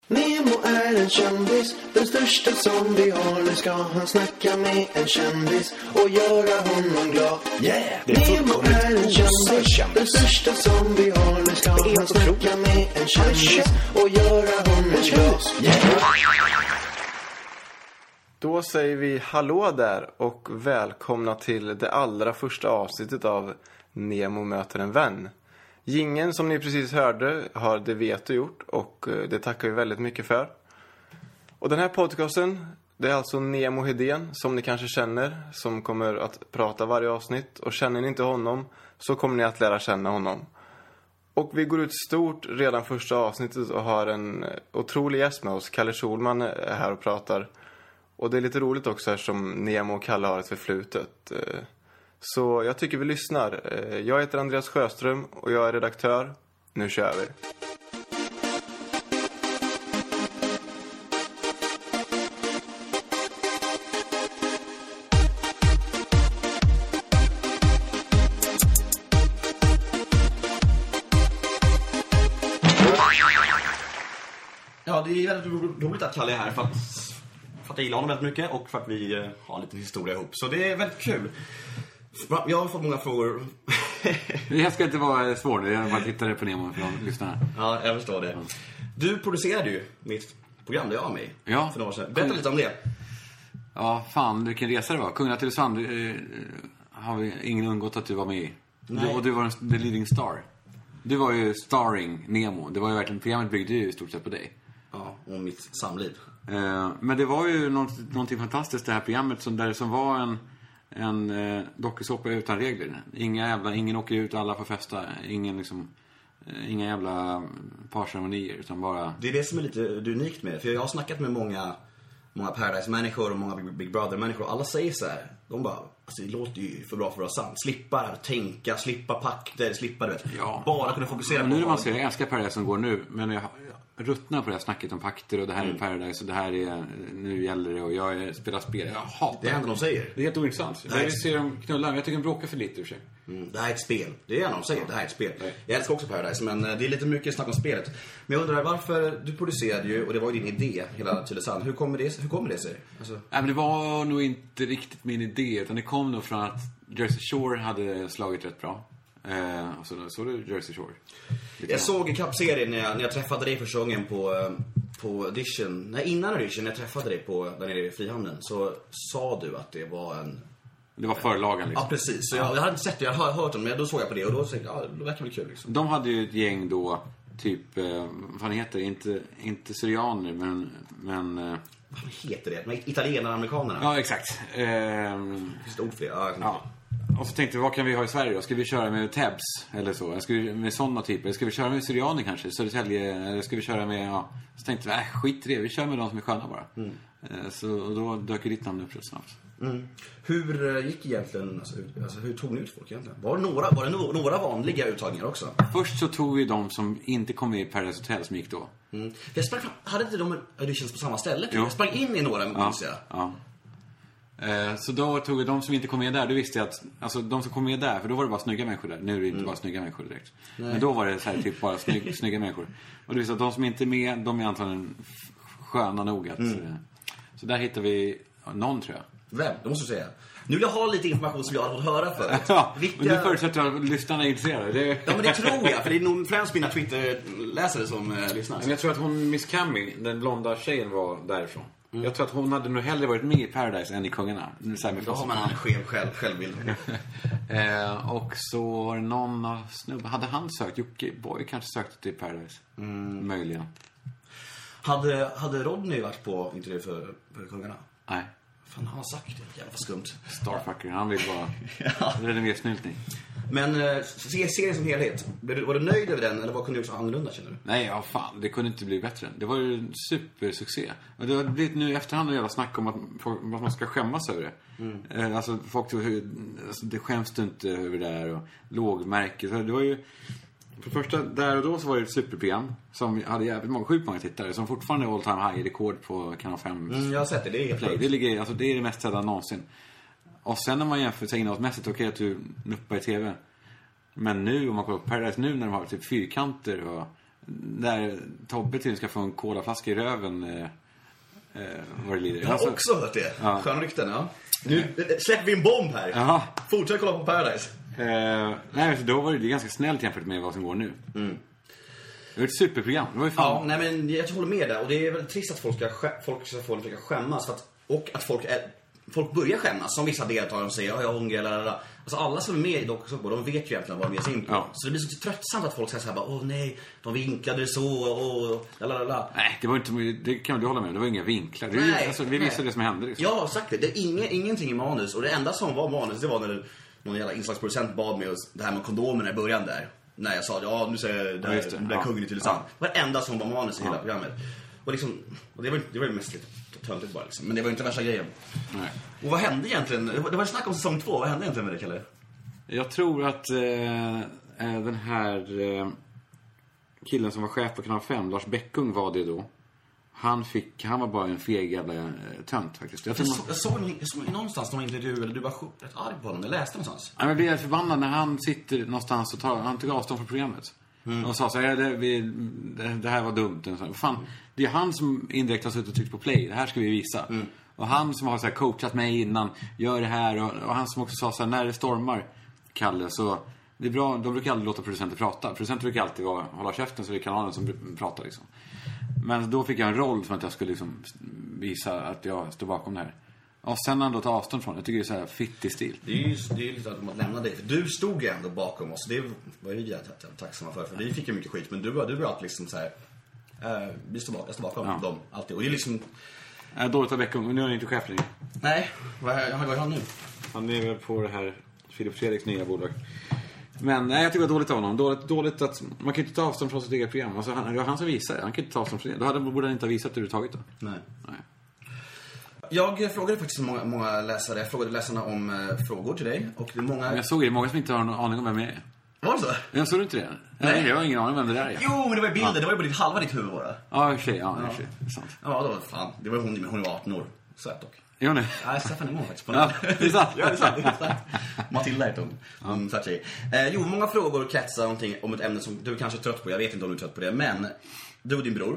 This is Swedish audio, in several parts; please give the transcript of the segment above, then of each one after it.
Nemo är en kändis, den största som vi har. Nu ska han snacka med en kändis och göra honom glad. Yeah! Nemo är en kändis, den största som vi har. Nu ska han snacka med en kändis och göra honom glad. Yeah! Då säger vi hallå där och välkomna till det allra första avsnittet av Nemo möter en vän. Jingeln som ni precis hörde har Det vet du gjort och det tackar vi väldigt mycket för. Och den här podcasten, det är alltså Nemo Hedén som ni kanske känner, som kommer att prata varje avsnitt. Och känner ni inte honom så kommer ni att lära känna honom. Och vi går ut stort redan första avsnittet och har en otrolig gäst med oss. Kalle Schulman är här och pratar. Och det är lite roligt också här som Nemo och Kalle har ett förflutet. Så jag tycker vi lyssnar. Jag heter Andreas Sjöström och jag är redaktör. Nu kör vi. Ja, det är väldigt roligt att Kalle är här för att jag gillar honom väldigt mycket och för att vi har lite historia ihop. Så det är väldigt kul. Jag har fått många frågor. Jag ska inte vara svår, jag bara tittade på Nemo för de lyssnarna. Ja, jag förstår det. Du producerade ju mitt program där jag var med ja. för några år sedan. Berätta lite om det. Ja, fan, vilken resa det var. Kungarna till Sand har vi ingen undgått att du var med i. Och du var the leading star. Du var ju starring Nemo. Det var ju verkligen, programmet byggde ju i stort sett på dig. Ja, och mitt samliv. Men det var ju någonting fantastiskt det här programmet som var en dokusåpa utan regler. Ingen åker ut, alla får festa. Inga jävla parceremonier utan bara... Det är det som är lite unikt med det. För jag har snackat med många Paradise-människor och många Big Brother-människor. Alla säger så här. De bara, alltså det låter ju för bra för att vara sant. Slippa tänka, slippa pakter, slippa, du vet. Ja. Bara kunna fokusera på... Nu när man ser, jag älskar Paradise som går nu. Men jag ruttnar på det här snacket om pakter och det här är Paradise och det här är, nu gäller det och jag spelar spel. Jag hatar det. Det enda de säger. Det är helt ointressant. Jag ser dem knulla, jag tycker de bråkar för lite ur sig. Det här är ett spel. Det är det enda de säger, det här är ett spel. Jag älskar också Paradise, men det är lite mycket snack om spelet. Men jag undrar varför, du producerade ju, och det var ju din idé hela Tylösand. Hur kommer det sig? Alltså... Nej, men det var nog inte riktigt min idé, utan det kom nog från att Jersey Shore hade slagit rätt bra. Så du Jersey Shore? Jag såg i kappserien när jag träffade dig första gången på audition. Nej, innan audition när jag träffade dig där nere i Frihamnen, så sa du att det var en... Det var förlagen liksom. Ja, precis. Så jag hade inte sett det, jag hade hört dem, men då såg jag på det och då tänkte jag, det verkar väl kul liksom. De hade ju ett gäng då, typ, vad heter det? Inte syrianer, men vad heter det? Men italienare, amerikanerna. Ja, exakt. Finns det ord för det? Ja. Och så tänkte vi, vad kan vi ha i Sverige då? Ska vi köra med tabs eller så? Ska vi med sådana typer? Ska vi köra med syrianer kanske? Södertälje? Eller ska vi köra med, ja. Så tänkte vi, skit i det. Vi kör med de som är sköna bara. Så då dök ditt namn upp rätt snabbt. Hur gick egentligen, alltså hur tog ni ut folk egentligen? Var det några vanliga uttagningar också? Först så tog vi de som inte kom med i Paradise Hotel som gick då. Hade inte de auditions på samma ställe? Jo. Jag sprang in i några, minns jag. Ja. Så då tog vi de som inte kom med där. Då visste jag att, alltså de som kom med där, för då var det bara snygga människor där. Nu är det inte bara snygga människor direkt. Nej. Men då var det så här typ bara snygga människor. Och du visste att de som inte är med, de är antagligen sköna nog att, så där hittar vi någon, tror jag. Vem? Det måste du säga. Nu vill jag ha lite information som jag har fått höra förut. Ja, men du förutsätter att lyssnarna är intresserade. Ja, men det tror jag. För det är nog främst mina Twitter-läsare som lyssnar. Men jag tror att hon, Miss Cammy, den blonda tjejen, var därifrån. Jag tror att hon hade nog hellre varit med i Paradise än i Kungarna. Då har man en självbild. Och så var det någon av snubben. Hade han sökt? Jocke Boy kanske sökte till Paradise. Möjligen. Hade Rodney varit på intervju för Kungarna? Nej. Fan, han har sagt det. Jävla skumt. Starfucker, han vill bara... Det är mer snyltning. Men serien som helhet, var du nöjd över den? Eller vad kunde du också annorlunda, känner du? Nej, ja fan, det kunde inte bli bättre. Det var ju en supersuccé. Och det har blivit nu i efterhand en jävla snack om att man ska skämmas över det. Alltså folk tog, alltså, det skäms du inte över det där. Och lågmärke. Så det var ju... För det första, där och då så var det ett superprogram som hade jävligt sjukt många tittare, som fortfarande är all time high rekord på Kanal 5. Jag har sett det, det är Play. Det ligger, alltså det är det mest sedda någonsin. Och sen när man jämför sig innehållsmässigt, okej att du nuppar i tv. Men nu, om man kollar på Paradise nu när de har typ fyrkanter och där Tobbe tydligen ska få en kolaflaska i röven vad det lider. Jag har också hört det. Ja. Skön rykten, ja. Nu släpper vi en bomb här. Jaha. Fortsätt kolla på Paradise. Nej, då var det ganska snällt jämfört med vad som går nu. Det var ett superprogram. Det var ju fan... Ja, nej men jag håller med där. Och det är väldigt trist att folk ska få försöka skämmas. Och att folk börjar skämmas. Som vissa deltagare säger, ja, jag ångrar, lalala. Alltså alla som är med i Dokusåpa, de vet ju egentligen vad de ger sig in på. Ja. Så det blir så tröttsamt att folk säger så här, åh nej, de vinklade så, och lalala. Nej, det var inte, det kan du hålla med. Det var inga vinklar. Det, Nej, alltså, vi visste det som hände. Liksom. Ja, sagt det. Det är ingenting i manus. Och det enda som var manus, det var när någon jävla inslagsproducent bad mig det här med kondomerna i början där. När jag sa, ja nu säger jag det här kungen till Tylösand. Det var det enda som var manus i hela programmet. Och liksom, och det var ju mest lite töntigt bara liksom. Men det var inte värsta grejen. Nej. Och vad hände egentligen? Det var snack om säsong 2. Vad hände egentligen med det, Kalle? Jag tror att den här killen som var chef på Kanal 5, Lars Bäckung var det då. Han var bara en feg jävla tönt faktiskt. Jag såg någonstans någon intervju, eller du var rätt arg på honom. Jag läste någonstans. Jag blev förbannad när han sitter någonstans och han tog avstånd från programmet. Och sa så här, det här var dumt. Fan, det är han som indirekt har suttit och tryckt på play. Det här ska vi visa. Och han som har så här coachat mig innan, gör det här. Och han som också sa så här, när det stormar, Kalle, så det är bra. De brukar aldrig låta producenter prata. Producenter brukar alltid hålla käften, så det är kanalen som pratar liksom. Men då fick jag en roll för att jag skulle liksom visa att jag står bakom det här. Och sen han då tar avstånd från. Jag tycker det är så här fittig stil. Det är ju lite att man lämnar dig. För du stod ju ändå bakom oss. Det var ju jävligt tacksamma för vi fick ju mycket skit. Men du var alltid liksom så här. Jag står bakom dem alltid. Och det är liksom... Dåligt av veckan. Men nu är han inte chef längre. Nej, vad är han nu? Han är väl på det här Filip Fredriks nya bolag. Men nej, jag tycker det var dåligt av honom. Dåligt att man kan inte ta avstånd från sitt eget program. Alltså, det var han som visade. Han kan inte ta avstånd från det. Då borde han inte ha visat det överhuvudtaget då. Nej. Jag frågade faktiskt många läsare. Jag frågade läsarna om frågor till dig. Och det är många... Men jag såg det. Många som inte har någon aning om vem jag är. Var det så? Jag såg inte det. Nej, jag har ingen aning om vem det där är. Jo, men det var ju bilden. Det var ju bara halva ditt huvud bara. Ja, i och för sig. Ja, det är sant. Ja, då fan. Det var hon var 18 år. Söt dock. Jo, nej. Nej, Stefan är mål faktiskt. Ja, det är sant. Ja, det är sant. Matilda heter hon. Så att säga. Många frågor kretsar någonting om ett ämne som du kanske är trött på. Jag vet inte om du är trött på det. Men du och din bror.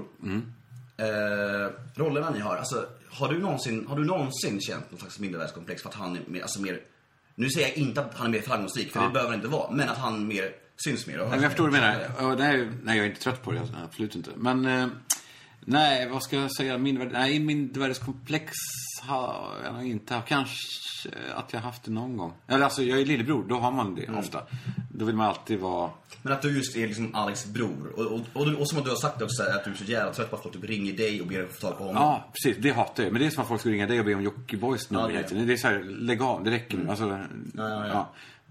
Rollerna ni har. Alltså, har du någonsin känt någon slags mindervärdeskomplex för att han är mer... Nu säger jag inte att han är mer framgångsrik, för det behöver han inte vara. Men att han mer syns mer. Jag förstår vad du menar. Nej, jag är inte trött på det. Absolut inte. Men... nej, vad ska jag säga? Mindervärdeskomplex har jag nog inte haft. Kanske att jag haft det någon gång. Eller alltså, jag är lillebror. Då har man det ofta. Då vill man alltid vara... Men att du just är liksom Alex bror. Och som att du har sagt också att du är så jävla trött på att folk typ ringer dig och ber dig få tag på honom. Ja, precis. Det hatar jag. Men det är som att folk ska ringa dig och be om Jockiboi nummer hela tiden. Det är så här, lägg av. Det räcker. Alltså, ja.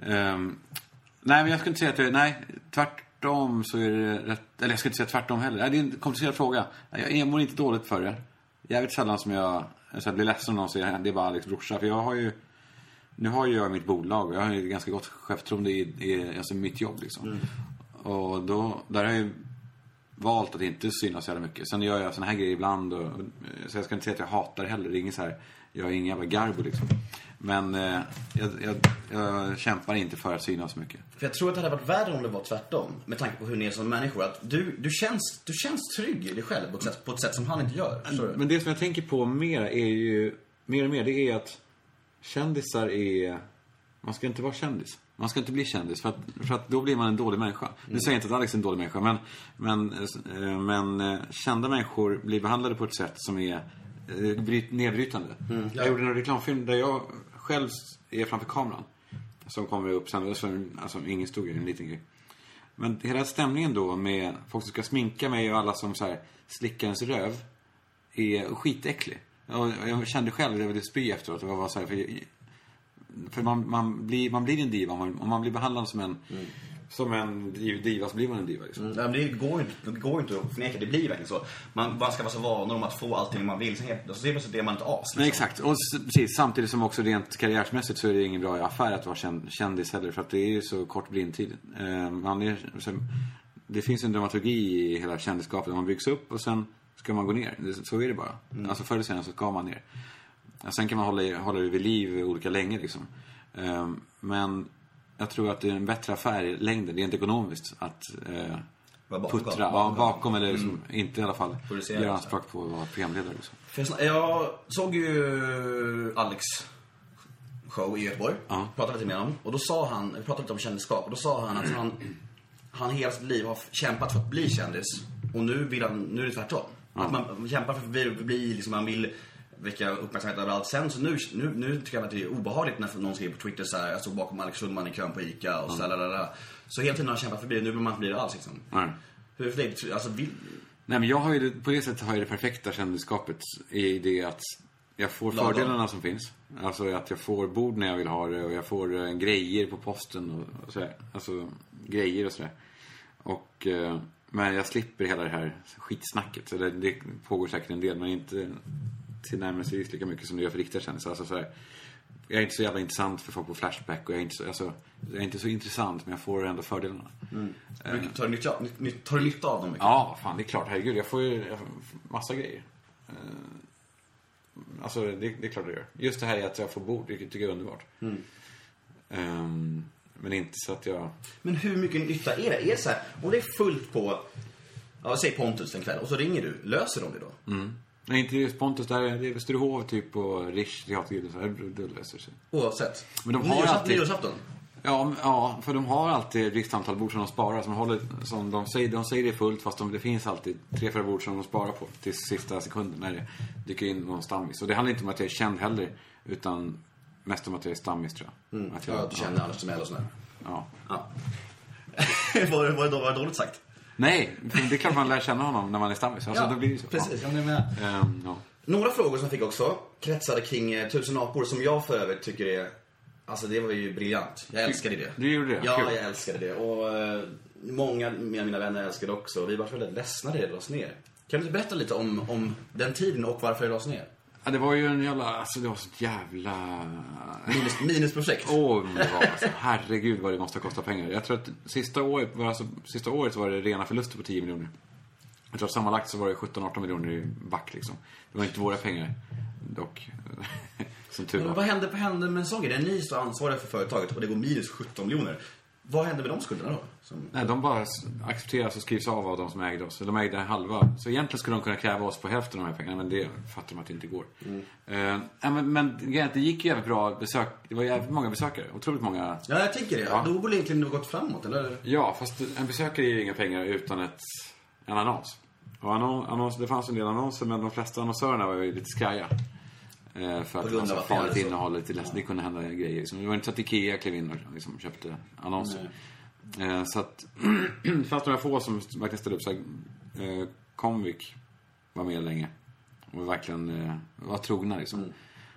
Nej, men jag ska inte säga att jag... Nej, tvärtom så är det rätt... Eller jag ska inte säga tvärtom heller. Nej, det är en komplicerad fråga. Jag mår inte dåligt för det. Jag vet sällan som jag blir ledsen om någon säger det är bara Alex brorsa. För jag har ju... Nu har jag mitt bolag och jag har ju ganska gott självförtroende i alltså mitt jobb liksom. Och då, där har jag ju valt att inte synas så jävla mycket. Sen gör jag såna här grejer ibland så jag ska inte säga att jag hatar det heller. Det är ingen så här, jag är ingen jävla garbo liksom. Men jag kämpar inte för att synas så mycket. För jag tror att det hade varit värre om det var tvärtom. Med tanke på hur ni är som människor. Att du känns trygg i dig själv på ett sätt som han inte gör. Men det som jag tänker på mer är ju... Mer och mer, det är att kändisar är... Man ska inte vara kändis. Man ska inte bli kändis för att då blir man en dålig människa. Nu säger jag inte att Alex är en dålig människa, men kända människor blir behandlade på ett sätt som är nedbrytande. Jag gjorde en reklamfilm där jag själv är framför kameran som kommer upp sen, alltså ingen stor grej, en liten grej. Men hela stämningen då med folk som ska sminka mig och alla som så här slickar ens röv är skitäcklig. Jag kände själv att jag ville spy efteråt. Det var så här, för man blir en diva. Om man blir behandlad som en diva så blir man en diva liksom. Det går inte att förneka. Det blir verkligen så. Man ska vara så van om att få allting man vill. Så det är det man inte as liksom. Nej, exakt. Och precis, samtidigt som också rent karriärsmässigt så är det ingen bra affär att vara kändis heller. För att det är ju så kort blindtid. Det finns en dramaturgi i hela kändisskapet. Man byggs upp och sen ska man gå ner. Så är det bara. Alltså förr eller senare så ska man ner. Sen kan man hålla det vid liv olika länge liksom. Men jag tror att det är en bättre affär i längden. Det är inte ekonomiskt att puttra bakom eller liksom, inte i alla fall göra anspråk på att vara programledare. Liksom. Jag såg ju Alex show i Göteborg. Pratade lite med honom. Och då sa han, vi pratade lite om kändisskap. Och då sa han att han hela sitt liv har kämpat för att bli kändis. Och nu är det tvärtom. Att man kämpar för att bli liksom, man vill väcka uppmärksamhet överallt. Sen så nu tycker jag att det är obehagligt när någon skriver på Twitter så här: jag stod bakom Alex Schulman i kön på Ica och så hela tiden har jag kämpat för det. Nu vill man inte bli det alls liksom. Hur för dig? Alltså, Nej, men jag har ju på det sättet har jag det perfekta kändisskapet i det att jag får fördelarna som finns. Alltså att jag får bord när jag vill ha det och jag får grejer på posten och så här. Alltså grejer och så där. Och men jag slipper hela det här skitsnacket. Eller det pågår säkert en del, men inte till närmare lika mycket som det gör för riktiga kändisar. Alltså så här, jag är inte så jävla intressant för folk på Flashback och jag är inte så intressant, men jag får ändå fördelarna. Tar du nytta av dem? Mycket? Ja, fan, det är klart. Herregud, jag får massa grejer. Alltså, det är klart det gör. Just det här är att jag får bord, det tycker jag är underbart. Men inte så att jag... Men hur mycket nytta är det? Är det så här, om det är fullt på, säg Pontus en kväll, och så ringer du, löser de det då? Nej, inte just Pontus, där är det Västerhov typ och Rish, det löser sig. Oavsett. Men de har alltid... Nyårsafton? Ja, för de har alltid ett visst antal bord som de sparar, som de säger det är fullt, fast det finns alltid 3-4 bord som de sparar på till sista sekunden när det dyker in någon stammis. Och det handlar inte om att jag är känd heller, utan mest om att jag är stammis, tror jag. Att du känner Anders som är och sådär. Ja. Var det dåligt sagt? Nej, det är klart man lär känna honom när man är stammis. Alltså, då blir det så. Precis, jag med. Några frågor som jag fick också kretsade kring 1000 apor, som jag för övrigt tycker är... Alltså det var ju briljant. Jag älskade det. Du gjorde det? Ja, cool. jag älskade det. Och många av mina vänner älskade det också. Vi var väldigt ledsna när det lades ner. Kan du berätta lite om den tiden och varför det lades ner? Ja, det var ju en jävla... Alltså det var så jävla... Minusprojekt. Det var alltså, herregud vad det måste kosta pengar. Jag tror att sista året var det rena förluster på 10 miljoner. Jag tror att sammanlagt så var det 17-18 miljoner i back liksom. Det var inte våra pengar dock. Som tur var. Men vad hände med en sån grej? Det är ni som ansvariga för företaget och det går minus 17 miljoner. Vad hände med de skulderna då? Nej, de bara accepteras och skrivs av de som ägde oss. De ägde halva. Så egentligen skulle de kunna kräva oss på hälften av de här pengarna, men det fattar de att det inte går. Men det gick ju jävligt bra besök. Det var jävligt många besökare. Otroligt många. Ja, jag tänker det. Ja. Då borde egentligen det gått framåt, eller? Ja, fast en besökare ger inga pengar utan en annons. Och det fanns en del annonser, men de flesta annonsörerna var ju lite skraja. För att det var så farligt innehåll, lite ledsen. Det kunde hända grejer. Det var inte så att Ikea klev in och liksom köpte annonser. Så att det fanns några få som verkligen ställde upp. Så Comvik var med länge och verkligen var trogna liksom.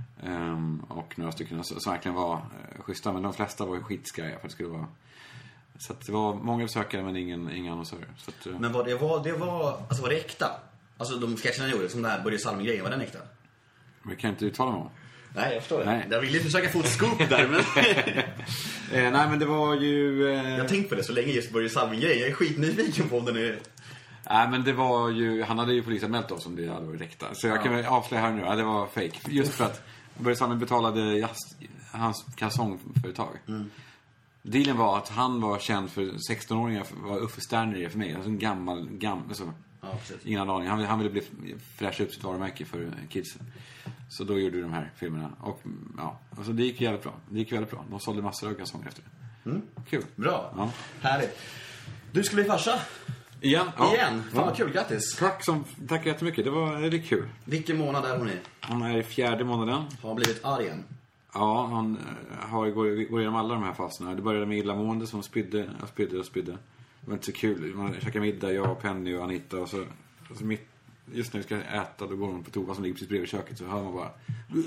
Och några stycken som verkligen var schyssta, men de flesta var ju skitskaja för att det skulle vara. Så att det var många besökare men inga annonsörer. Så att, men var det äkta? Alltså de sketcherna gjorde, som det här Börje Salming-grejen, var den äkta? Men jag kan inte uttala mig om. Nej, jag förstår det. Nej. Jag ville försöka få ett scoop där, men... nej, men det var ju... Jag har tänkt på det så länge, just Börje Salming-grejen. Jag är skitnyfiken på om den är... Nej, men det var ju... Han hade ju polisanmält oss om det hade varit äkta. Så jag kan väl avslöja här nu. Ja, det var fake. Just för att Börje Salming betalade hans kalsongföretag. Dealen var att han var känd för 16-åringar, var Uffe Sterner för mig. Alltså en gammal alltså, ingen aning. Han ville fräscha upp sitt varumärke för kidsen. Så då gjorde vi de här filmerna. Och alltså det gick jävligt bra. De sålde massor av kalsonger efter det. Kul. Bra. Ja. Härligt. Du ska bli farsa. Igen? Fan vad kul, grattis. Tack jättemycket, det var kul. Vilken månad är hon i? Hon är i 4:e månaden. Har blivit arg igen? Ja, han går igenom alla de här faserna. Det började med illamående som spydde. Det var inte så kul. Man käkade middag, jag, Penny och Anita. Och så just när vi ska äta, då går hon på toa som ligger precis bredvid köket. Så hör man bara...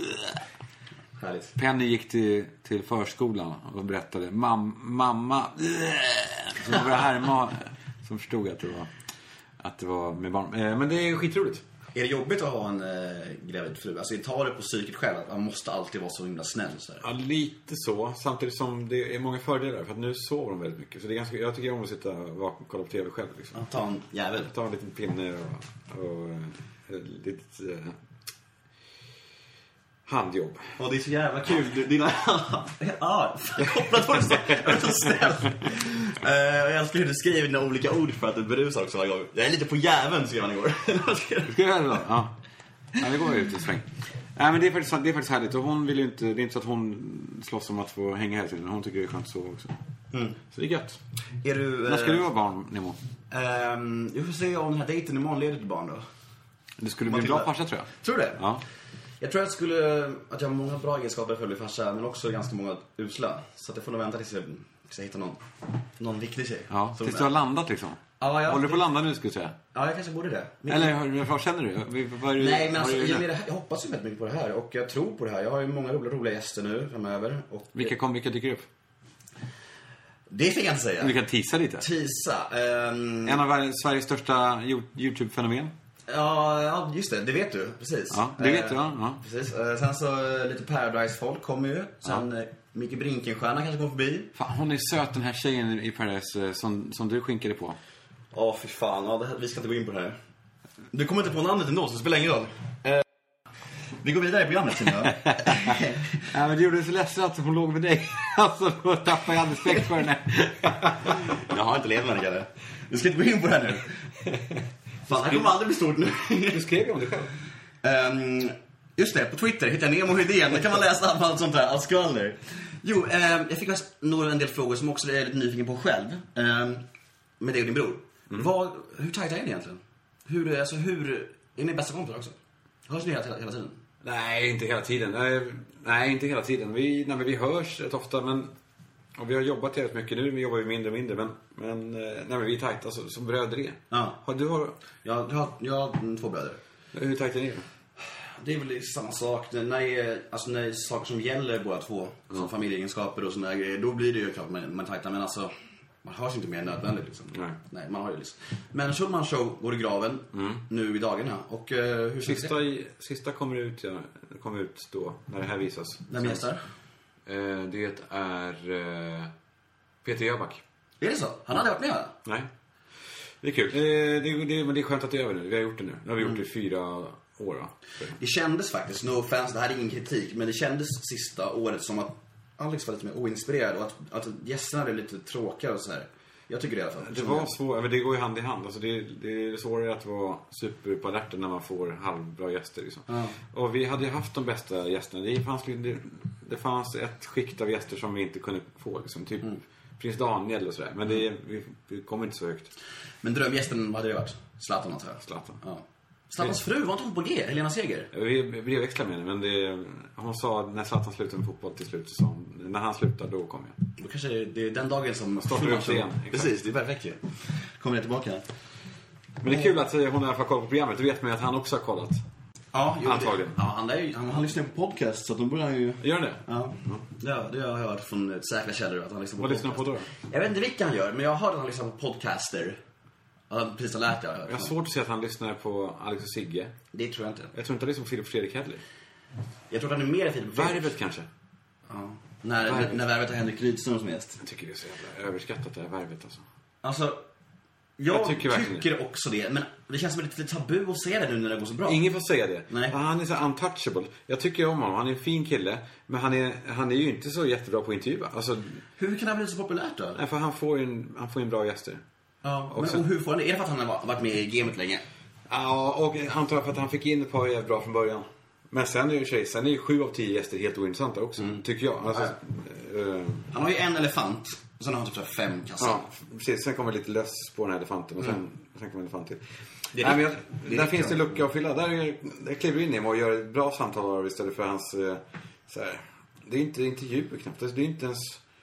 Härligt. Penny gick till förskolan och berättade mamma. Så hon började härma, som förstod att det var med barn. Men det är skitroligt. Är det jobbigt att ha en gravid fru? Alltså tar det på psyket själv att man måste alltid vara så himla snäll så här? Ja, lite så. Samtidigt som det är många fördelar. För att nu sover de väldigt mycket. Så det är jag tycker om att sitta vaken och kolla på tv själv liksom. Ja, ta en jävel. Ta en liten pinne och lite handjobb. Och det är så jävla kul. Dina... kopplat också. Jag är så snäll. Jag älskar hur du skriver dina olika ord för att du berusar också varje gång. Jag är lite på jäveln, skrev han igår. Ska jag göra det då? Ja. Ja, det går ut i sväng. Nej, men det är faktiskt härligt. Och hon vill ju inte, det är inte så att hon slåss om att få hänga här tiden. Hon tycker det är skönt så också. Så det är gött. När ska du ha barn, Nemo? Jag får se om den här dejten imorgon leder till barn då. Du skulle bli en bra farsa, tror jag. Tror du det? Ja. Jag tror att jag har många bra egenskaper för att bli farsa, men också ganska många usla. Så att jag får nog vänta tills jag hittar någon riktig tjej. Ja, tills du har landat liksom. Ja, håller du på att landa nu, skulle jag säga? Ja, jag kanske borde det. Eller vad känner du? Nej, men alltså, jag hoppas ju väldigt mycket på det här. Och jag tror på det här. Jag har ju många roliga gäster nu framöver. Och vilka dyker upp? Det fick jag inte säga. Vi kan teasa lite. En av Sveriges största YouTube-fenomen. Ja, just det vet du, precis. Ja, det vet du, ja. Precis. Sen så lite Paradise-folk kommer ju. Sen Micke Brinkenstierna kanske kommer förbi. Fan, hon är söt, den här tjejen i Paradise som du skinkade på. Fy fan, vi ska inte gå in på det här. Du kommer inte på namnet ändå, så det spelar ingen roll. Vi går vidare i programmet, känner jag. Ja, men det gjorde det så ledsen att hon låg med dig. Alltså, då tappade jag respekt för henne. Jag har inte levt med henne, du ska inte gå in på det här nu. Fan, det kommer aldrig bli stort nu. Du skrev om det själv. Just det, på Twitter hittar jag Nemo Hedén. Där kan man läsa allt sånt där, allt skvaller. Jo, jag fick en del frågor som också är lite nyfiken på själv. Med dig och din bror. Hur tajta är ni egentligen? Hur är ni bästa kompisar också? Hörs ni hela tiden? Nej, inte hela tiden. Nej, inte hela tiden. Vi hörs rätt ofta, men... Och vi har jobbat helt mycket nu, vi jobbar ju mindre och mindre, men vi är tajta som bröder är. Ja. Jag har 2 bröder. Hur tajta är ni? Det är väl samma sak. När det är saker som gäller båda två, som familjeegenskaper och såna här grejer, då blir det ju klart man tajta, men alltså man hörs inte mer nödvändigt liksom. Nej, man har ju liksom. Men Schulman Show går i graven nu i dagarna. Och hur sista kommer ut då när det här visas. Vem gästar? Det är Peter Jöback. Är det så? Han hade varit med? Nej. Det är kul. Men det är skönt att det är över nu. Vi har gjort det nu. Nu har vi gjort det i 4 år. Då. Det kändes faktiskt, no offense, det här är ingen kritik, men det kändes sista året som att Alex var lite mer oinspirerad och att gästerna blev lite tråkiga och så här. Jag tycker det i alla fall. Det var svårt, men det går ju hand i hand. Alltså det är svårare att vara super på alerten när man får halvbra gäster liksom. Och vi hade ju haft de bästa gästerna. Det fanns ett skikt av gäster som vi inte kunde få liksom, typ Prins Daniel och sådär. Men vi kommer inte så högt. Men drömgästen hade det varit Zlatan, tror jag. Zlatan. Ja. Zlatans fru, var inte hon på G? Helena Seger? Vi brevväxlade med henne, men hon sa när Zlatan slutade med fotboll till slut, så när han slutar, då kommer jag. Då kanske det är den dagen som startar upp igen. Precis, det är perfekt ju. Kommer jag tillbaka. Men det är kul att hon i alla fall kollar på programmet. Du vet man att han också har kollat. Ja, antagligen. Han lyssnar på podcast, så att de börjar ju... Gör det? Ja, det har jag hört från säkra källor att han lyssnar på. Vad lyssnar på då? Jag vet inte vilka han gör, men jag har hört att han lyssnar på podcaster. Han precis har lärt jag. Jag har svårt att se att han lyssnar på Alex och Sigge. Det tror jag inte. Jag tror inte han lyssnar på Filip och Fredrik heller. Jag tror att han är mer Filip och Fredrik. Värvet kanske. Ja. När Värvet har Henrik Rydström som gäst. Jag tycker det är så jävla överskattat det här Värvet alltså. Jag tycker också det. Men det känns som lite tabu att säga det nu när det går så bra. Ingen får säga det. Nej. Han är så untouchable. Jag tycker om honom. Han är en fin kille. Men han är ju inte så jättebra på att intervjua. Alltså, hur kan han bli så populärt då? Nej, för han får en bra gäster. Ja, men och hur får han det? Är det för att han har varit med i gamet länge? Ja, och antar jag för att han fick in ett par jävligt bra från början. Men sen är ju 7 av 10 gäster helt ointressanta också, tycker jag. Alltså, han har ju en elefant. Och sen har han typ 5 kassar. Ja, precis. Sen kommer lite löss på den här elefanten. Och sen kommer elefant till. Där finns det lucka att fylla. Där kliver vi in och gör ett bra samtal istället för hans... så här, det är inte intervjuer knappt. Det är inte ens...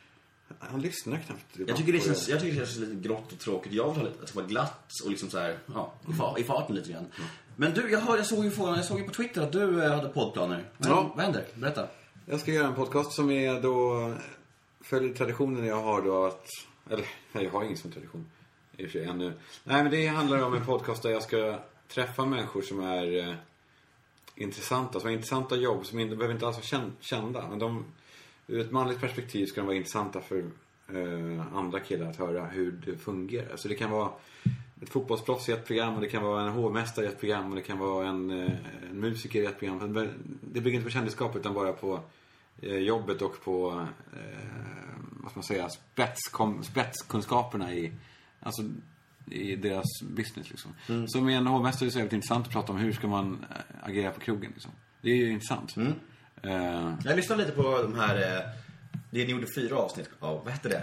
Han lyssnar knappt. Jag tycker det känns lite grått och tråkigt. Jag vill ha lite, det ska vara glatt och liksom så här, i farten lite grann. Men du, jag såg ju på Twitter att du hade poddplaner. Vad händer? Berätta. Jag ska göra en podcast som är då... Följer traditionen jag har då att... Eller, nej, jag har ingen sån tradition i och för sig ännu. Nej, men det handlar om en podcast där jag ska träffa människor som är intressanta. Som har intressanta jobb, som behöver inte alls vara kända. Men de, ur ett manligt perspektiv ska de vara intressanta för andra killar att höra hur det fungerar. Så det kan vara ett fotbollsproffs i ett program, och det kan vara en hovmästare i ett program, och det kan vara en musiker i ett program. Det bygger inte på kändisskap utan bara på jobbet och på vad ska man säga, spetskunskaperna i deras business liksom. Så med en hovmästare så är det intressant att prata om hur ska man agera på krogen liksom. Det är ju intressant. Jag lyssnade lite på de här det ni gjorde 4 avsnitt av, vad heter det?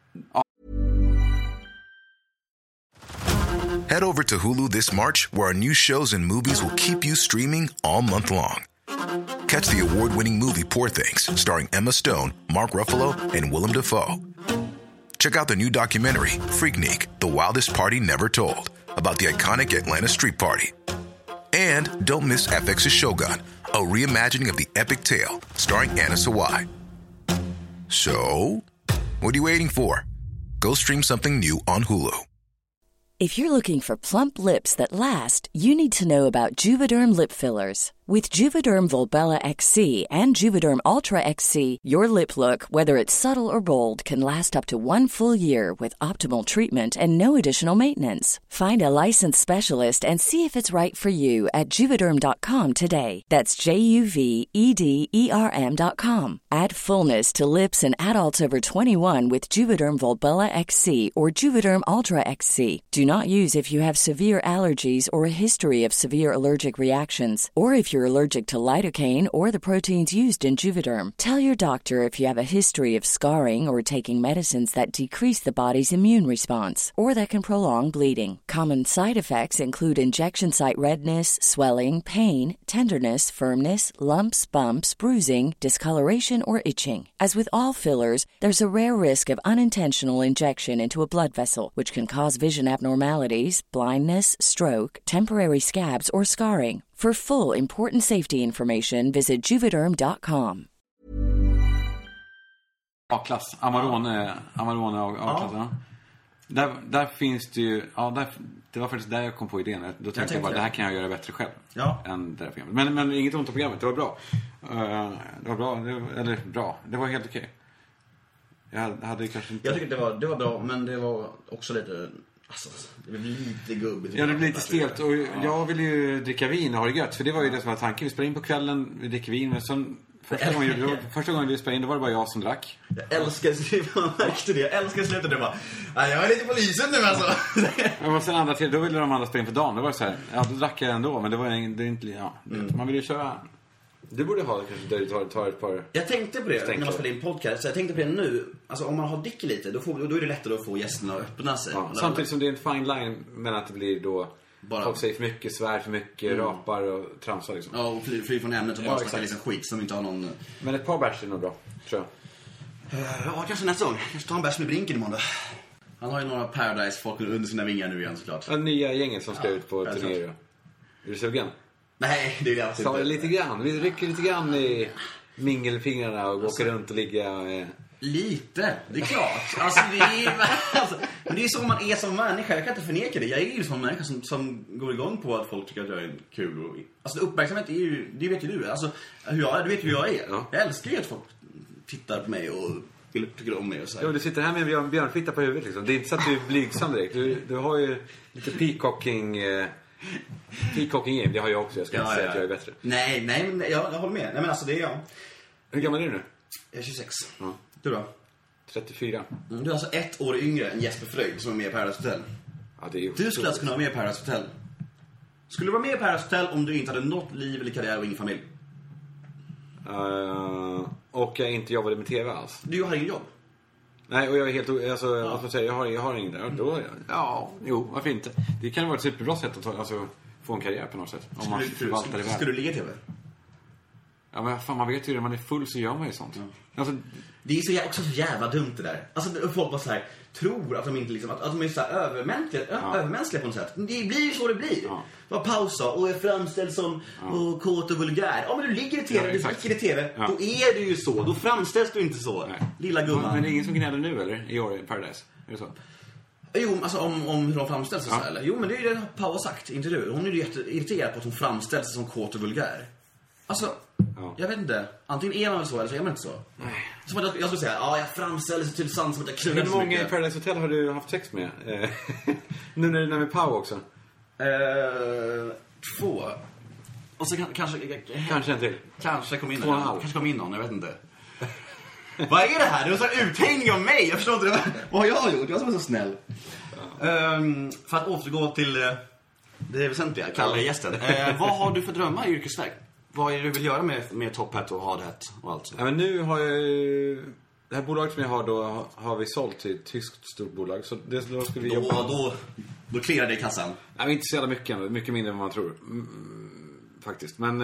Head over to Hulu this March, where our new shows and movies will keep you streaming all month long. Catch the award-winning movie Poor Things, starring Emma Stone, Mark Ruffalo, and Willem Dafoe. Check out the new documentary, Freaknik, The Wildest Party Never Told, about the iconic Atlanta street party. And don't miss FX's Shogun, a reimagining of the epic tale, starring Anna Sawai. So, what are you waiting for? Go stream something new on Hulu. If you're looking for plump lips that last, you need to know about Juvederm lip fillers. With Juvederm Volbella XC and Juvederm Ultra XC, your lip look, whether it's subtle or bold, can last up to 1 full year with optimal treatment and no additional maintenance. Find a licensed specialist and see if it's right for you at Juvederm.com today. That's JUVEDERM.com. Add fullness to lips in adults over 21 with Juvederm Volbella XC or Juvederm Ultra XC. Do not use if you have severe allergies or a history of severe allergic reactions, or if you're allergic to lidocaine or the proteins used in Juvederm. Tell your doctor if you have a history of scarring or taking medicines that decrease the body's immune response or that can prolong bleeding. Common side effects include injection site redness, swelling, pain, tenderness, firmness, lumps, bumps, bruising, discoloration, or itching. As with all fillers, there's a rare risk of unintentional injection into a blood vessel, which can cause vision abnormalities, blindness, stroke, temporary scabs, or scarring. For full important safety information, visit Juvederm.com. A-klass, Amarone A-klassen. Där finns det ju, det var faktiskt där jag kom på idén. Då tänkte jag bara, det här kan jag göra bättre själv än det här programmet. Men inget ont om programmet, det var bra. Det var bra, det var helt okej. Jag hade kanske inte... Jag tycker det var bra, men det var också lite... Alltså, det blev lite gubbigt. Ja, det blev lite stelt. Och jag ville ju dricka vin och ha det gött. För det var ju det som var tanken. Vi spelade in på kvällen, vi dricker vin. Men sen, första gången vi spelade in, då var det bara jag som drack. Jag älskar det. Jag älskar slutet. Det var, jag är lite på lysen nu alltså. Och sen andra till, då ville de andra spela in på dagen. Det var så här, då drack jag ändå. Men det var inte, man vill ju köra. Du borde ha kanske där du tar ett par... Jag tänkte på det när man spelade in podcast. Så jag tänkte på det nu. Alltså om man har dricker lite, då är det lättare att få gästerna att öppna sig. Ja, samtidigt som det är en fine line. Men att det blir då... Bara... Folk säger för mycket, svär för mycket, rapar och tramsar liksom. Ja, och fly från ämnet och bara snackar liksom skit som inte har någon... Men ett par bärs är nog bra, tror jag. Ja, kanske nästa gång. Kanske ta en bärs med Brinken imorgon då. Han har ju några Paradise-folk under sina vingar nu igen såklart. Ja, nya gänget som ska ut på turnéer. Är du sugen? Nej, det är jag inte. Lite grann. Vi rycker lite grann i mingelfingrarna och åker runt och ligga... Lite, det är klart. Alltså, men det är så man är som människa. Jag kan inte förneka det. Jag är ju som människa som går igång på att folk tycker att jag är kul. Och, alltså uppmärksamhet är ju, det vet ju du. Alltså, du vet hur jag är. Ja. Jag älskar ju att folk tittar på mig och tycker om mig och så här. Ja, du sitter här med en björnfitta på huvudet liksom. Det är inte så att du är blygsam direkt. Du har ju lite peacocking game, det har jag också. Jag ska inte säga att jag är bättre. Nej, men jag håller med. Nej, men alltså det är jag. Hur gammal är du nu? Jag är 26. Ja. Du då? 34. Du är alltså 1 år yngre än Jesper Fröjd som är med i Paradise Hotel. Ja, det är ju du skulle alltså kunna vara med i Paradise Hotel. Skulle du vara med i Paradise Hotel om du inte hade något liv eller karriär och ingen familj? Och jag inte jobbade med tv alls. Du har ingen jobb? Nej, och jag är helt... Alltså, vad man säger, jag har ingen där. Då, varför inte? Det kan vara ett superbra sätt att få en karriär på något sätt. Om man förvaltar det väl. Ska du ligga i tv? Ja, men fan, man vet ju det. Man är full så gör man ju sånt. Alltså, det är också så jävla dumt det där. Alltså folk bara så här tror att de inte liksom, att de är så här övermänskliga på något sätt. Det blir ju så det blir. Bara pausa och är framställd som och kåt och vulgär. Ja, men du ligger i tv, du ligger i tv. Då är det ju så. Då framställs du inte så. Nej. Lilla gumman. Men det är ingen som gnäller nu eller? I år i Paradise. Är det så? Jo, alltså om hur de framställs så här, eller? Jo, men det är ju det Pau har sagt, inte du. Hon är ju jätteirriterad på att hon framställs som kåt och vulgär. Alltså, jag vet inte. Antingen är man väl så eller så är man inte så. Som att jag skulle säga, jag framställer sig till sant som att jag knullar Hur så många i mycket. Paradise Hotel har du haft sex med? Nu när du är med Pau också. 2. Och så kanske Kanske en till. Kanske kom in 2,5. Kanske kom in någon, jag vet inte. Vad är det här? Det är en sån här uthängning av mig. Jag förstår inte vad har jag gjort. Jag som är så snäll. För att återgå till det väsentliga, Kalle gästen. Vad har du för drömmar i yrkesväg? Vad är det du vill göra med Top Hat och Hard Hat och allt? Ja, men nu har jag ju... Det här bolaget som jag har då har vi sålt till ett tyskt stort bolag. Så då ska vi jobba... Då klirrar det i kassan. Nej, inte så jävla mycket. Mycket mindre än vad man tror. Faktiskt. Men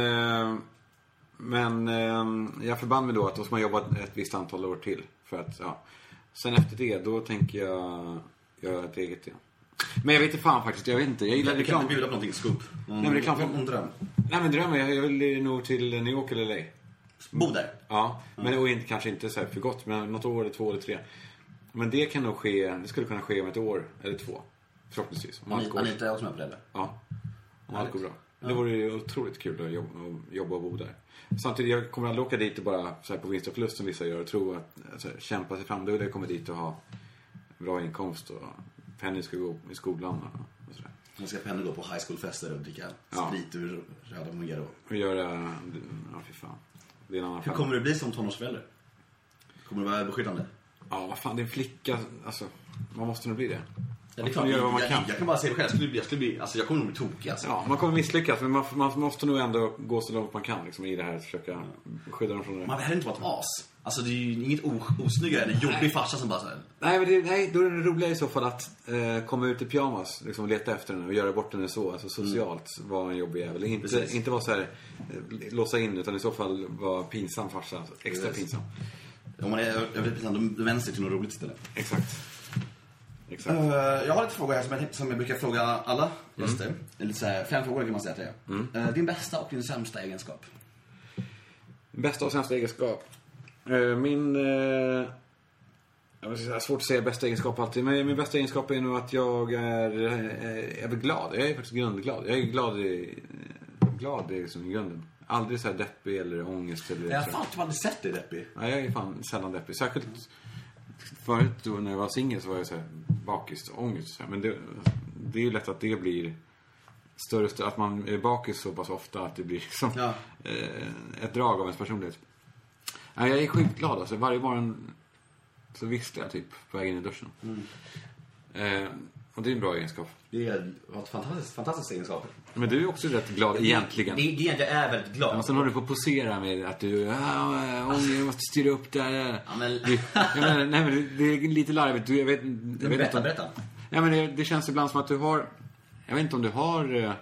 jag förband mig då att då ska man jobba ett visst antal år till. För att, sen efter det, då tänker jag göra ett eget igen. Men jag vet inte fan faktiskt, jag vet inte. Jag gillar Du kan reklam. inte bjuda på någonting, scoop. Nej, men reklam för... En dröm. Nej, men drömmer. Jag vill nog till New York eller LA. Bo där. Ja, men det kanske inte så här för gott. Men något år eller 2 eller 3. Men det kan nog ske, det skulle kunna ske om 1 år eller 2. Förhoppningsvis. Anita är också med på det. Ja, om allt går bra. Det vore ju otroligt kul att jobba och bo där. Samtidigt, jag kommer aldrig åka dit och bara så här på vinst och förlust som vissa gör och tro att alltså, kämpa sig fram. Då vill jag komma dit och ha bra inkomst och Penny ska gå i skolan och sådär. Man ska Penny gå på high school-fester och dricka sprit ur röda muggar och göra, fy fan. Det är en annan Hur kommer du bli som tonårsförälder? Kommer du vara beskyddande? Ja, vad fan, det är en flicka, alltså, man måste nog bli det. Ja, det är klart, jag kan bara säga det själv. Jag skulle bli, alltså jag kommer nog bli tokig alltså. Ja, man kommer misslyckas, men man måste nog ändå gå så långt man kan liksom, i det här att försöka skydda dem från det. Man vill inte vara ett as. Alltså det är ju inget osnyggare än en jobbig farsa som bara så här. Nej, men då är det roliga i så fall att komma ut i pyjamas, liksom leta efter den och göra bort den så, alltså socialt vara en jobbig jävel. Inte vara så här låsa in, utan i så fall vara pinsam farsa, alltså, extra pinsam. Om man är övrigt pinsam, då vänster till något roligt istället. Exakt. Jag har lite frågor här som jag brukar fråga alla gäster. Lite så här, 5 frågor kan man säga till er. Din bästa och din sämsta egenskap? Bästa och sämsta egenskap? Min... Jag har svårt att säga bästa egenskap alltid. Men min bästa egenskap är nog att jag är väl glad. Jag är faktiskt grundglad. Jag är glad är liksom i grunden. Aldrig så här deppig eller ångest. Eller jag har fan aldrig sett dig deppig. Nej, jag är fan sällan deppig. Särskilt förut då, när jag var singel så var jag så här bakis och ångest. Men det är ju lätt att det blir större. Att man är bakis så pass ofta att det blir som ett drag av ens personlighet. Nej, jag är sjukt glad. Alltså, varje morgon så visste jag typ på vägen i duschen. Och det är en bra egenskap. Det är ett fantastiskt egenskap. Men du är också rätt glad egentligen. Jag är väldigt glad. Och sen har du på posera med att du jag måste styra upp där. Ja, men... nej, men det är lite larvigt. Jag vet Berätta. Nej, men det känns ibland som att du har... Jag vet inte om du har...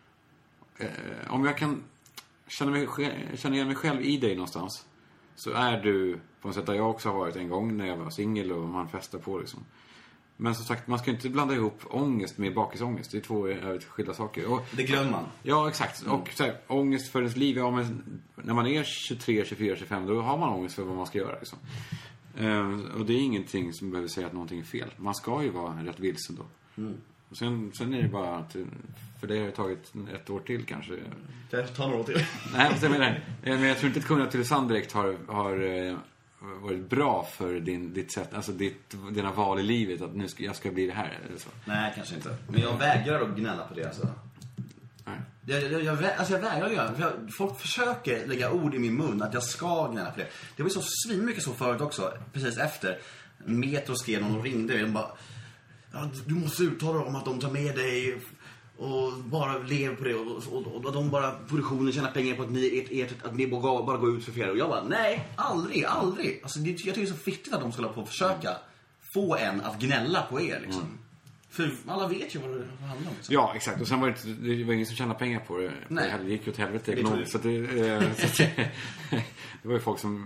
om jag kan känna igen mig själv i dig någonstans, så är du på något sätt där jag också har varit en gång när jag var singel och man festar på liksom. Men som sagt, man ska inte blanda ihop ångest med bakisångest. Det är 2 skilda saker. Och, det glömmer man. Ja, exakt. Och så här, ångest för ens liv. Ja, men när man är 23, 24, 25, då har man ångest för vad man ska göra. Liksom. Och det är ingenting som behöver säga att någonting är fel. Man ska ju vara rätt vilsen då. Och sen är det bara att... För det har tagit 1 år till kanske. Det tar några år till. Nej, men jag tror inte att kunna till Sand direkt har varit bra för ditt sätt, alltså dina val i livet, att nu jag ska bli det här eller så. Nej, kanske inte. Men jag vägrar att gnälla på det alltså. Nej. Jag vägrar att göra. Folk försöker lägga ord i min mun att jag ska gnälla på det. Det var så svinmycket så förut också. Precis efter Metro skrev någon och ringde. De bara, du måste uttala om att de tar med dig och bara lever på det och de bara, produktionen tjänar pengar på att ni bara går ut för flera. Och jag bara, nej, aldrig. Alltså, jag tycker det är så fittigt att de skulle på att försöka få en att gnälla på er liksom. För alla vet ju vad det handlar om. Så. Ja, exakt. Och sen var det var ingen som tjänade pengar på det. Nej. Det gick ju åt helvete ekonomiskt. Så det var ju folk som...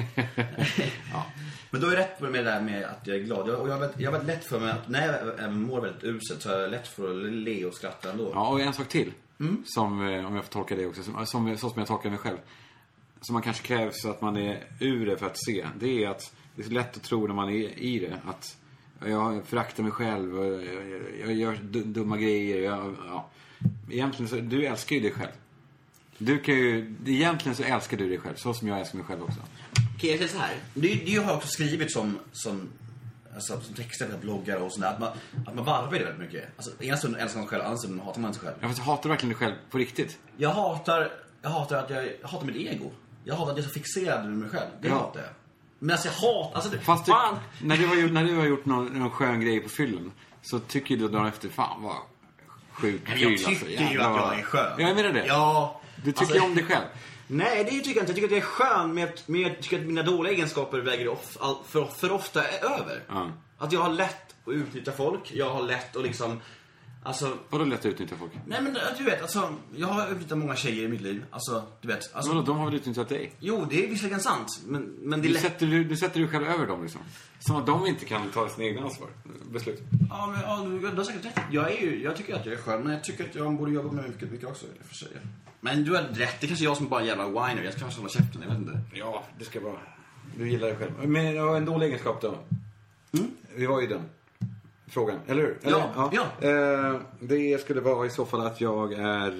Ja. Men då är det rätt med det där med att jag är glad. Jag har varit lätt för mig att när jag mår väldigt uselt så är jag lätt för att le och skratta ändå. Ja, och en sak till. Som, om jag får tolka det också. Så som jag tolkar mig själv. Som man kanske krävs att man är ur det för att se. Det är att det är så lätt att tro när man är i det. Att jag föraktar mig själv. Och jag gör dumma grejer. Egentligen så, du älskar ju dig själv. Du kan ju, egentligen så älskar du dig själv, så som jag älskar mig själv också. Okej, jag säger så här. Det har jag också skrivit som texter på bloggar och sådär. Att man varvar det väldigt mycket. Alltså, ena stunden älskar man själv, andra stunden hatar man sig själv. Ja, fast hatar du verkligen dig själv på riktigt? Jag hatar mitt ego. Jag hatar att jag är så fixerad med mig själv. Det hatar jag. Men alltså jag hatar... Alltså, fast när du har gjort någon skön grej på fyllen, så tycker du dagen efter, fan vad sjukt. Men jag tycker ju att jag är skön. Jag menar det. Ja. Du tycker om dig själv. Nej, det tycker jag inte. Jag tycker att jag är skön, men jag tycker att mina dåliga egenskaper väger för ofta över. Att jag har lätt att utnyttja folk. Jag har lätt att liksom... Alltså... Vadå lätt att utnyttja folk? Nej, men du vet, alltså... Jag har utnyttjat många tjejer i mitt liv. Alltså, du vet... Alltså, vadå, de har väl utnyttjat dig? Jo, det är visserligen sant. Men det är lätt... Du sätter dig själv över dem liksom. Som att de inte kan ta sin egna ansvar. Beslut. Ja, men du har säkert rätt. Jag tycker att jag är skön, men jag tycker att jag borde jobba med mycket också, för sig. Men du har rätt, det kanske är jag som bara är jävla whiner. Jag ska kanske hålla käften, jag vet inte. Ja, det ska vara... Du gillar dig själv. Men jag har en dålig egenskap då. Vi var ju den frågan, eller hur? Eller? Ja. Det skulle vara i så fall att jag är...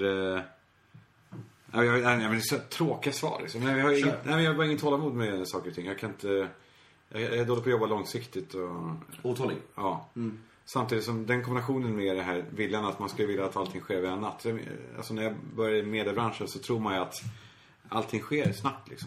Jag är så tråkiga svar liksom. Men jag har ingen tålamod med saker och ting. Jag kan inte... Jag är dålig på att jobba långsiktigt och... Otålig. Ja. Samtidigt som den kombinationen med det här viljan att man skulle vilja att allting sker över en natt. Alltså när jag började i mediebranschen så tror man ju att allting sker snabbt liksom.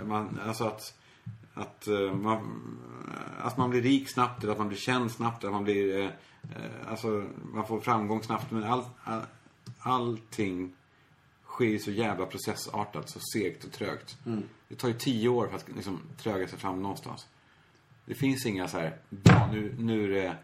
Att man blir rik snabbt, eller att man blir känd snabbt, att man blir man får framgång snabbt, men allting sker så jävla processartat, så segt och trögt. Det tar ju 10 år för att liksom tröga sig fram någonstans. Det finns inga så här bra, nu är det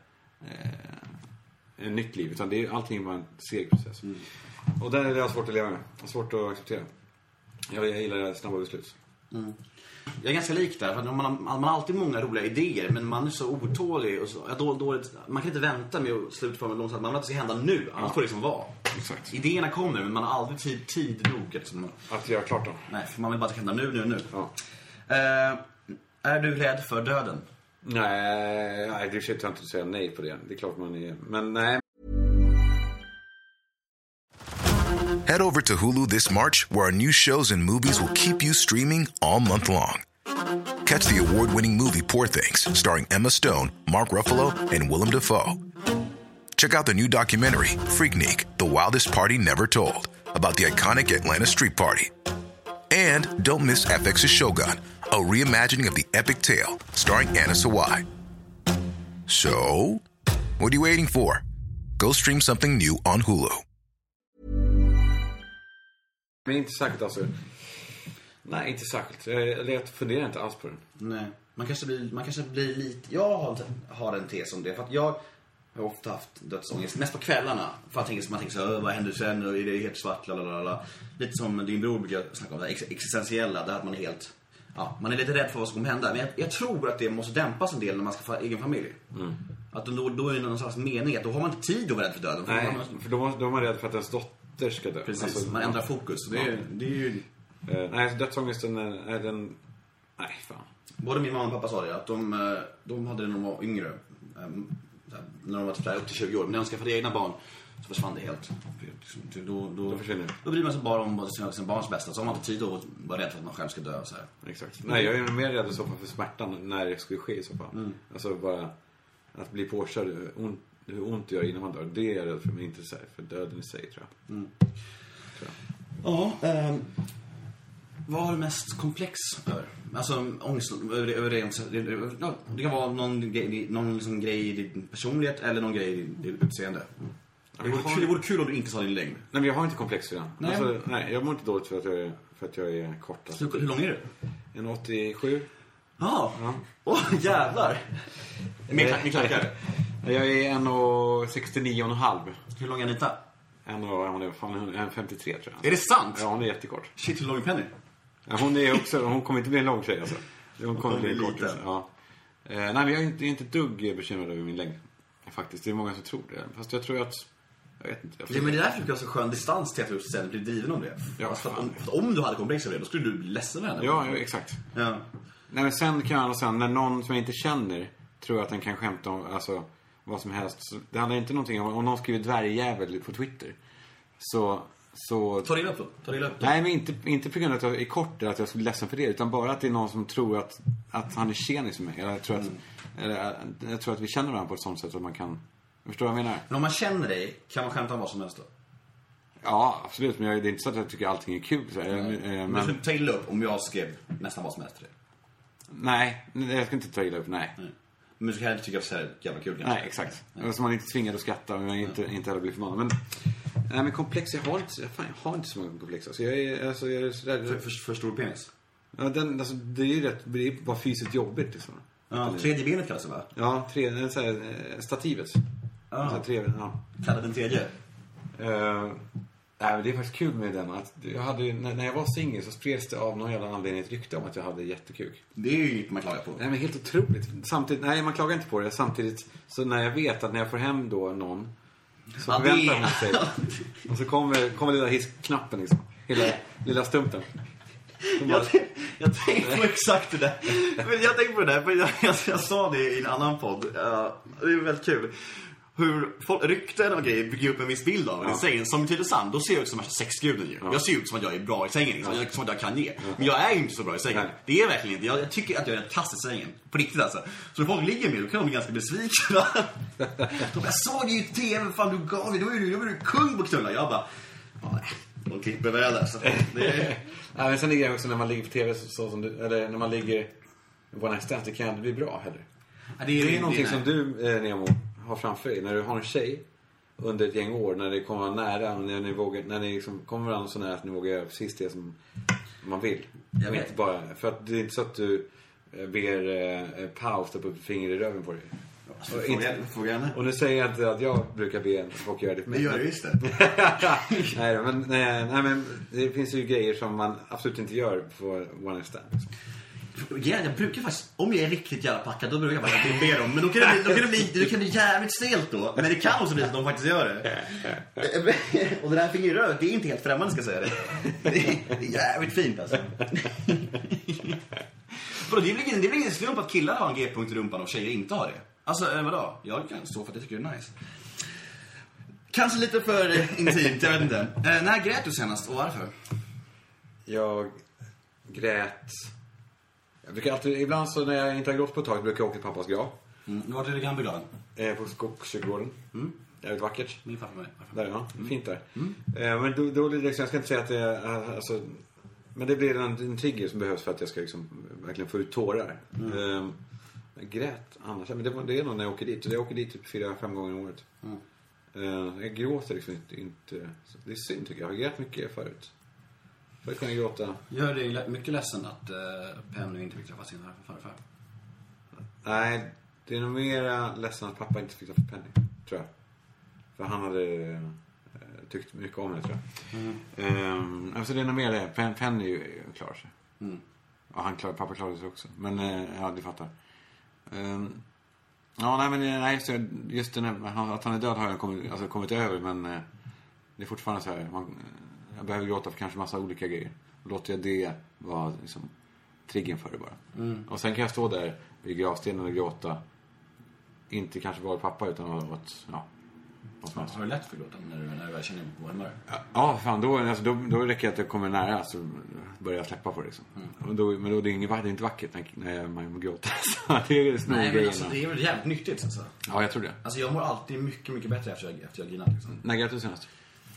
en nytt liv, utan det är allting bara en seg process. Och där är det svårt att leva med. Det är svårt att acceptera. Jag gillar snabba beslut. Jag är ganska lik där, för man har alltid många roliga idéer, men man är så otålig och så, man kan inte vänta med att slutföra med långsamt. Man vill att det ska hända nu, annars får det liksom vara. Exakt. Idéerna kommer, men man har aldrig tid nog liksom, att göra klart dem. Nej, för man vill bara att det ska hända nu. Ja. Är du rädd för döden? Nej, det är jag inte att säga nej på det. Det är klart man är, men nej. Head over to Hulu this March, where our new shows and movies will keep you streaming all month long. Catch the award-winning movie Poor Things, starring Emma Stone, Mark Ruffalo, and Willem Dafoe. Check out the new documentary, Freaknik, The Wildest Party Never Told, about the iconic Atlanta Street Party. And don't miss FX's Shogun, a reimagining of the epic tale, starring Anna Sawai. So, what are you waiting for? Go stream something new on Hulu. Men inte särskilt alltså. Nej, inte särskilt. Jag funderar inte alls på den. Nej, man kanske blir lite... Jag har en tes om det, för att jag har ofta haft dödsångest, mest på kvällarna. För att man tänker så, vad händer sen? Och är det helt svart? Lalalala. Lite som din bror brukar snacka om, det existentiella, där att man är helt... Ja, man är lite rädd för vad som kommer hända. Men jag tror att det måste dämpas en del när man ska få egen familj. Att då är det någon slags mening att då har man inte tid att vara rädd för döden. Nej, för då är man rädd för att ens dotter ska dö. Precis, alltså, man ändrar fokus. Det är ju... Nej, dödsångesten är den... Nej, fan. Både min mamma och pappa sa det, att de hade det när de var yngre. När de var typ upp till 20 år. Men när de skaffade egna barn så försvann det helt. Då försvinner det. Då bryr man sig bara om sin barns bästa. Så har man inte tid att vara rädd för att man själv ska dö. Så här. Exakt. Nej, jag är mer rädd i så fall för smärtan när det skulle ske i så fall. Alltså bara att bli påkörd, hur ont det gör innan man dör. Det är jag rädd för, men inte så här, för döden i sig, tror jag. Ja, vad har du mest komplex för? Alltså ångest över det kan vara någon liksom grej i din personlighet eller någon grej i ditt utseende. Det vore kul om du inte sa din längd. Nej, men jag har inte komplex för den. Nej. Alltså, nej, jag mår inte dåligt för att jag är kort. Alltså. Hur lång är du? 1,87. Ja. Jävlar. Min klackare. Jag är 1,69,5. Hur lång är Anita? 1,53 tror jag. Är det sant? Ja, hon är jättekort. Shit, hur lång är Penny? Ja, hon kommer inte bli en lång tjej alltså. Hon kommer bli en kort. Alltså. Ja. Nej, men jag är inte ett dugg bekymrad över min längd. Faktiskt, det är många som tror det. Fast jag tror att... Jag vet inte. Ja, men det är därför du har så skön distans till att du sen blir driven om det. Ja, alltså, om du hade komplex över det, då skulle du bli ledsen med henne. Ja, exakt. Ja. Nej, men sen kan jag när någon som jag inte känner tror att den kan skämta om vad som helst. Så det handlar inte någonting om någon skriver dvärgjävel på Twitter. Så så... Ta det upp då. Nej, men inte på grund av att jag är kort eller att jag skulle bli ledsen för det. Utan bara att det är någon som tror att han är tjenis med mig. Eller jag tror att vi känner varandra på ett sånt sätt att man kan... Förstår vad jag menar? Men om man känner dig, kan man skämta om vad som helst då? Ja, absolut. Men det är inte så att jag tycker allting är kul. Så Men du skulle ta illa upp om jag skrev nästan vad som helst till dig? Nej, jag ska inte ta illa upp, nej. Men du ska inte tycka att det är jävla kul kanske? Nej, exakt. Så man inte tvingad att skratta och man inte heller blir förvånad. Men komplex, jag har inte så många komplex. Alltså, jag är sådär... För stor penis? Ja, det är ju det är bara fysiskt jobbigt liksom. Ja, tredje benet kallas det, va? Ja, stativet. Ja. Ja. Kallar den tredje? Nej, men det är faktiskt kul med den att jag hade, när jag var singel så spreds det av någon jävla anledning ett rykte om att jag hade jättekuk. Det är ju inget man klagar på. Nej, men helt otroligt. Samtidigt, nej, man klagar inte på det. Samtidigt, så när jag vet att när jag får hem då någon så förväntar man sig. Och så kommer lilla hissknappen liksom. Hela lilla stumpen. Jag tänkte på exakt det där. Men jag tänkte på det där, för jag sa det i en annan podd. Det är väldigt kul. Hur rykten och grejer bygger upp en viss bild av en säng som till sann. Då ser jag ut som sexguden ju. Jag ser ut som att jag är bra i sängen liksom. Som att jag kan ge. Men jag är ju inte så bra i sängen. Det är verkligen inte. Jag tycker att jag är ett kast i sängen. På riktigt alltså. Så när folk ligger med då kan de bli ganska besvikna. Jag såg ju i tv, fan du gav mig. Då är du kung på knulla. Jag bara, de klipper väl alltså. Ja, men sen ligger det också när man ligger på tv så som du, eller när man ligger på nästan, det kan inte bli bra heller. Det är någonting som du, Nemo, har framför dig. När du har en tjej under ett gäng år, när det kommer nära, när ni liksom kommer varandra så nära att ni vågar göra precis det som man vill. Jag vet. Bara, för att det är inte så att du ber paus, stoppa upp finger i röven på dig. Och nu säger jag inte att jag brukar be folk göra det. Men gör det visst det. nej, men det finns ju grejer som man absolut inte gör på one night stand. Ja, jag brukar faktiskt, om jag är riktigt jävla packad, då brukar jag faktiskt be dem. Men då kan det bli jävligt stelt då. Men det kan också bli att de faktiskt gör det. Och det där fingerröret, det är inte helt främmande, ska jag säga det. Det är jävligt fint alltså. För det blir ingen slump att killar har en G-punkt i rumpan och tjejer inte har det. Alltså, vadå? Jag kan stå för att jag tycker det är nice. Kanske lite för intimt, jag vet inte. När grät du senast och varför? Jag grät... Jag brukar alltid, ibland så när jag inte har grått på ett tag brukar jag åka till pappas grav. Vart är det gamla graven? På Skogskyrkogården. Det är väldigt vackert. Min farfar med. Där, ja. Fint där. Men då liksom, jag ska inte säga att det är... Alltså, men det blir en trigger som behövs för att jag ska liksom verkligen få ut tårar. Jag grät annars. Men det är nog när jag åker dit. Jag åker dit typ 4-5 gånger om året. Jag gråter liksom inte. Det är synd tycker jag. Jag har grät mycket förut. För att kunna gråta. Gör det mycket ledsen att Penny inte fick träffa sin farfar? Nej, det är nog mer ledsen att pappa inte fick träffa Penny, tror jag. För han hade tyckt mycket om det, tror jag. Alltså det är nog mer det. Penny klarar sig. Ja, pappa klarade sig också. Men ja, du fattar. Ja, nej, så just den här, att han är död har jag kommit över, men det är fortfarande så här, jag behöver gråta för kanske massa olika grejer. Låter jag det vara liksom triggen för det bara. Och sen kan jag stå där vid gravstenen och gråta. Inte kanske vara pappa utan något, vad som helst. Har du lätt för gråta när du väl känner på humör? Ja, fan, då räcker det att jag kommer nära så börjar jag släppa på det liksom. Men då är det inte vackert när man gråter. Så det är det. Nej, men alltså, det är väl jävligt nyttigt alltså. Ja, jag tror det. Alltså jag mår alltid mycket, mycket bättre efter jag grinat liksom. När grät du senast?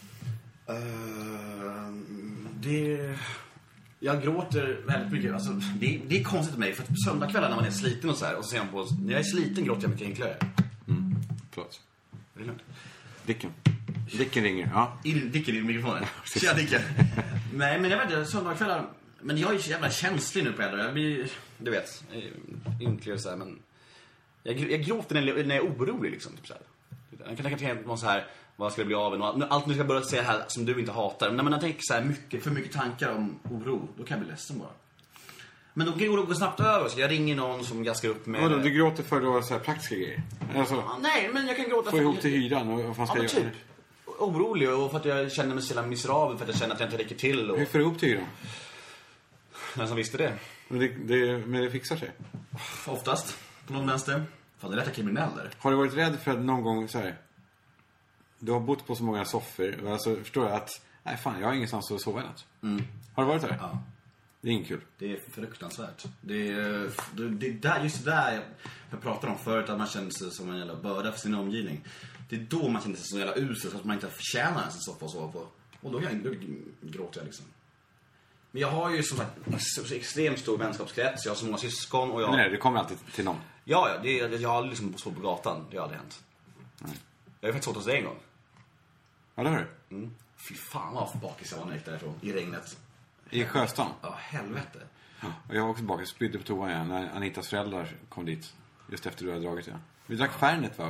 Jag gråter väldigt mycket. Alltså, det är konstigt för mig. För att söndagskvällar när man är sliten och så här, och så ser man på, när jag är sliten gråter jag mycket enklare. Förlåt. Det är lugnt. Dicken ringer, ja. Dicken i mikrofonen. Tja, Dicken. Nej, men jag vet inte, söndagskvällar. Men jag är så jävla känslig nu på äldre. Jag blir, du vet, ynklig så här, men jag gråter när jag är orolig liksom, typ så här. Jag kan tänka till någon så här, vad ska det bli av en? Allt nu ska jag börja säga här som du inte hatar. Men när man tänker så här för mycket tankar om oro, då kan jag bli ledsen bara. Men då kan oron gå snabbt över, så jag ringer någon som gaskar upp med... Du gråter för då så här praktiska grejer? Alltså, nej, men jag kan gråta få ihop till hyran och vad fan ska jag typ orolig och för att jag känner mig så jävla miserabel, för att jag känner att jag inte räcker till. Och... Hur får du ihop till hyran? Den som visste det. Men det fixar sig? Oftast, på någon vänster. Fan, det är rätt kriminell där. Har du varit rädd för att någon gång så här... Du har bott på så många soffor. Alltså, förstår jag att Nej fan, jag har ingenstans att sova i natt. Har du varit där? Ja. Det är inget kul. Det är fruktansvärt. Det är där, just det där jag pratade om förut, att man känner sig som en jävla börda för sin omgivning. Det är då man känner sig så jävla usel, så att man inte förtjänar en soffa att sova på. Och då gråter jag liksom. Men jag har ju som sagt så extremt stor vänskapskrets. Jag har så många syskon och jag... Nej, det kommer alltid till någon. Ja, jag har liksom stått på gatan. Det har aldrig hänt. Nej. Jag har faktiskt stått hos dig en gång. Ja, det har du. Fy fan vad bakis jag var när jag gick därifrån. I regnet. I Sjöstan. Ja, helvete. Och jag var också bakis, spydde på toan igen när Anitas föräldrar kom dit. Just efter du hade dragit det. Vi drack Fernet, va?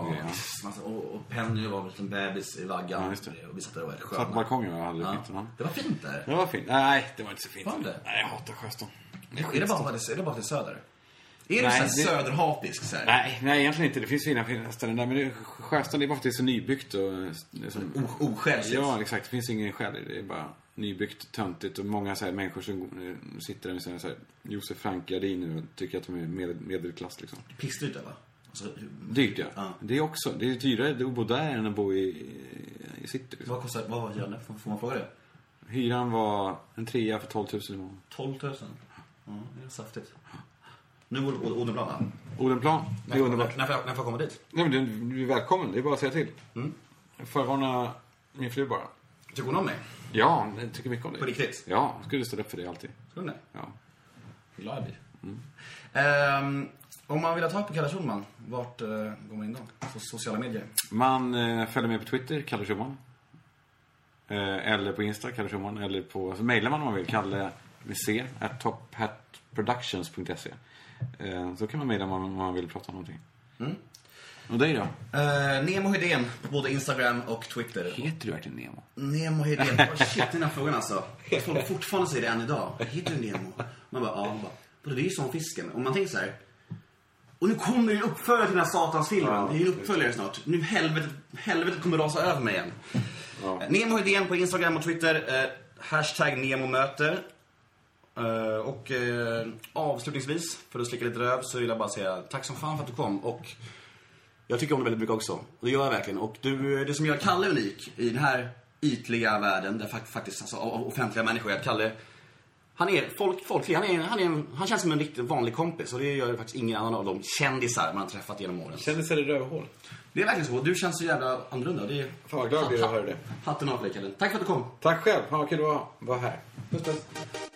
Och Penny var en bebis i vaggan. Ja, just det. Och vi satt där och var sköna. Satt på balkongen och hade det fint. Ja. Det var fint där. Det var fint. Nej, det var inte så fint. Var det? Nej, jag hatar Sjöstan. Är det bara till söder? Är Nej, du så söderhatisk så här? Nej, egentligen inte. Det finns fina ställen där. Men Sjöstan är bara för att det är så nybyggt och... Osjälsligt. Ja, exakt. Det finns ingen själ. Det är bara nybyggt, töntigt. Och många så här människor som sitter där med sina så här Josef Frank-gardiner och tycker att de är medelklass liksom. Pissdyrt va? Alltså, dyrt, ja. Det är också. Det är dyrare att bo där än att bo i city. Liksom. Vad var hyran? Får man fråga det? Hyran var en 3 för 12 000 i månaden. 12 000? Ja, det är saftigt. Nu var det Odenplan, va? Odenplan, det är underbart. När får jag komma dit? Nej, men du är välkommen, det är bara att säga till. Förvarna min fru bara. Tycker hon om mig? Ja, jag tycker mycket om det. På riktigt? Ja, skulle ställa upp för det alltid. Skulle det? Ja. Glad jag blir. Om man vill ha tag på Kalle Schulman, vart går man in då? På sociala medier? Man följer med på Twitter, Kalle Schulman. Eller på Insta, Kalle Schulman. Eller på, så mejlar man om man vill, Kalle med C, @tophatproductions.se. Så kan man mejla om man vill prata om någonting. Och dig då? Nemo Hedén på både Instagram och Twitter. Heter du verkligen Nemo? Nemo Hedén. Shit, den här frågan alltså. Folk fortfarande säger det än idag. Heter du Nemo? Man bara, ja. Det är ju som fisken. Om man tänker så här. Och nu kommer det en uppföljare till den här satansfilmen. Det är ju en uppföljare snart. Nu helvetet kommer rasa över mig igen. Nemo Hedén på Instagram och Twitter. Hashtag NEMOMÖTER. Och avslutningsvis, för att slicka lite röv, så vill jag bara säga tack som fan för att du kom. Och jag tycker om det väldigt mycket också. Och det gör jag verkligen. Och det som gör Kalle unik i den här ytliga världen, där faktiskt alltså, av offentliga människor, är att Kalle, han är folklig. Han känns som en riktigt vanlig kompis. Och det gör faktiskt ingen annan av de kändisar man har träffat genom åren. Kändisar i rövhål. Det är verkligen så. Du känns så jävla annorlunda. Det är... Fan vad glad jag blir att höra det. Hatten av dig, Kalle. Tack för att du kom. Tack själv. Fan vad kul att vara här. Puss.